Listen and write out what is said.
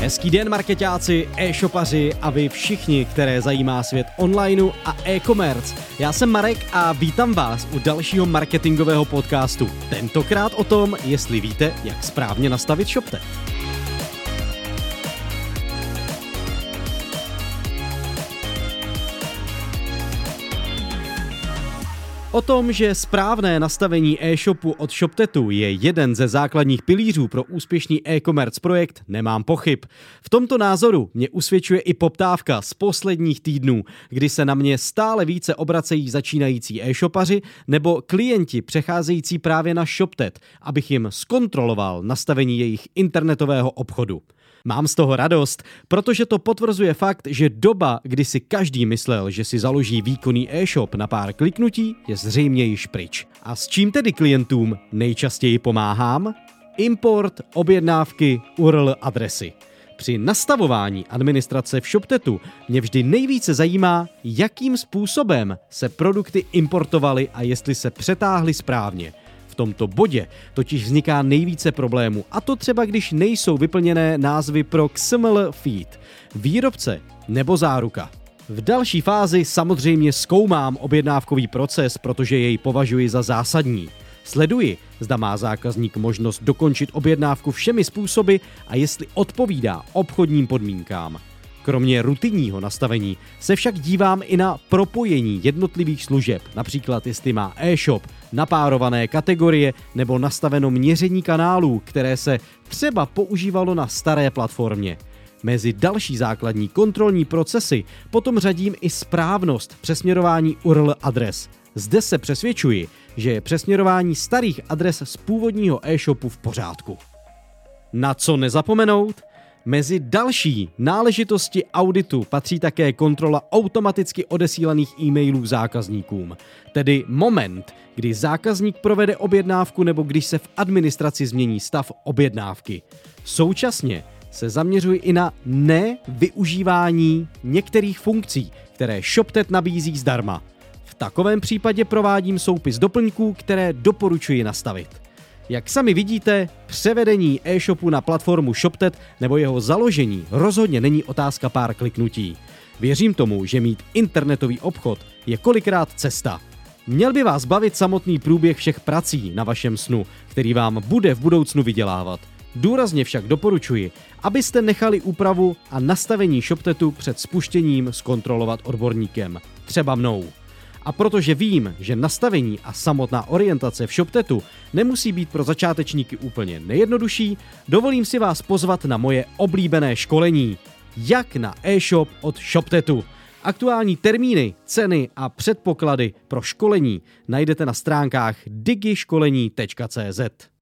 Hezký den, markeťáci, e-shopaři a vy všichni, které zajímá svět onlineu a e-commerce. Já jsem Marek a vítám vás u dalšího marketingového podcastu. Tentokrát o tom, jestli víte, jak správně nastavit ShopTet. O tom, že správné nastavení e-shopu od ShopTetu je jeden ze základních pilířů pro úspěšný e-commerce projekt, nemám pochyb. V tomto názoru mě usvědčuje i poptávka z posledních týdnů, kdy se na mě stále více obracejí začínající e-shopaři nebo klienti přecházející právě na ShopTet, abych jim zkontroloval nastavení jejich internetového obchodu. Mám z toho radost, protože to potvrzuje fakt, že doba, kdy si každý myslel, že si založí výkonný e-shop na pár kliknutí, je zřejmě již pryč. A s čím tedy klientům nejčastěji pomáhám? Import, objednávky, URL adresy. Při nastavování administrace v ShopTetu mě vždy nejvíce zajímá, jakým způsobem se produkty importovaly a jestli se přetáhly správně. V tomto bodě totiž vzniká nejvíce problémů, a to třeba když nejsou vyplněné názvy pro XML feed, výrobce nebo záruka. V další fázi samozřejmě zkoumám objednávkový proces, protože jej považuji za zásadní. Sleduji, zda má zákazník možnost dokončit objednávku všemi způsoby a jestli odpovídá obchodním podmínkám. Kromě rutinního nastavení se však dívám i na propojení jednotlivých služeb, například jestli má e-shop napárované kategorie nebo nastaveno měření kanálů, které se třeba používalo na staré platformě. Mezi další základní kontrolní procesy potom řadím i správnost přesměrování URL adres. Zde se přesvědčuji, že je přesměrování starých adres z původního e-shopu v pořádku. Na co nezapomenout? Mezi další náležitosti auditu patří také kontrola automaticky odesílaných e-mailů zákazníkům, tedy moment, kdy zákazník provede objednávku nebo když se v administraci změní stav objednávky. Současně se zaměřuji i na nevyužívání některých funkcí, které ShopTet nabízí zdarma. V takovém případě provádím soupis doplňků, které doporučuji nastavit. Jak sami vidíte, převedení e-shopu na platformu ShopTet nebo jeho založení rozhodně není otázka pár kliknutí. Věřím tomu, že mít internetový obchod je kolikrát cesta. Měl by vás bavit samotný průběh všech prací na vašem snu, který vám bude v budoucnu vydělávat. Důrazně však doporučuji, abyste nechali úpravu a nastavení ShopTetu před spuštěním zkontrolovat odborníkem, třeba mnou. A protože vím, že nastavení a samotná orientace v ShopTetu nemusí být pro začátečníky úplně nejjednodušší, dovolím si vás pozvat na moje oblíbené školení Jak na e-shop od ShopTetu. Aktuální termíny, ceny a předpoklady pro školení najdete na stránkách digiškolení.cz.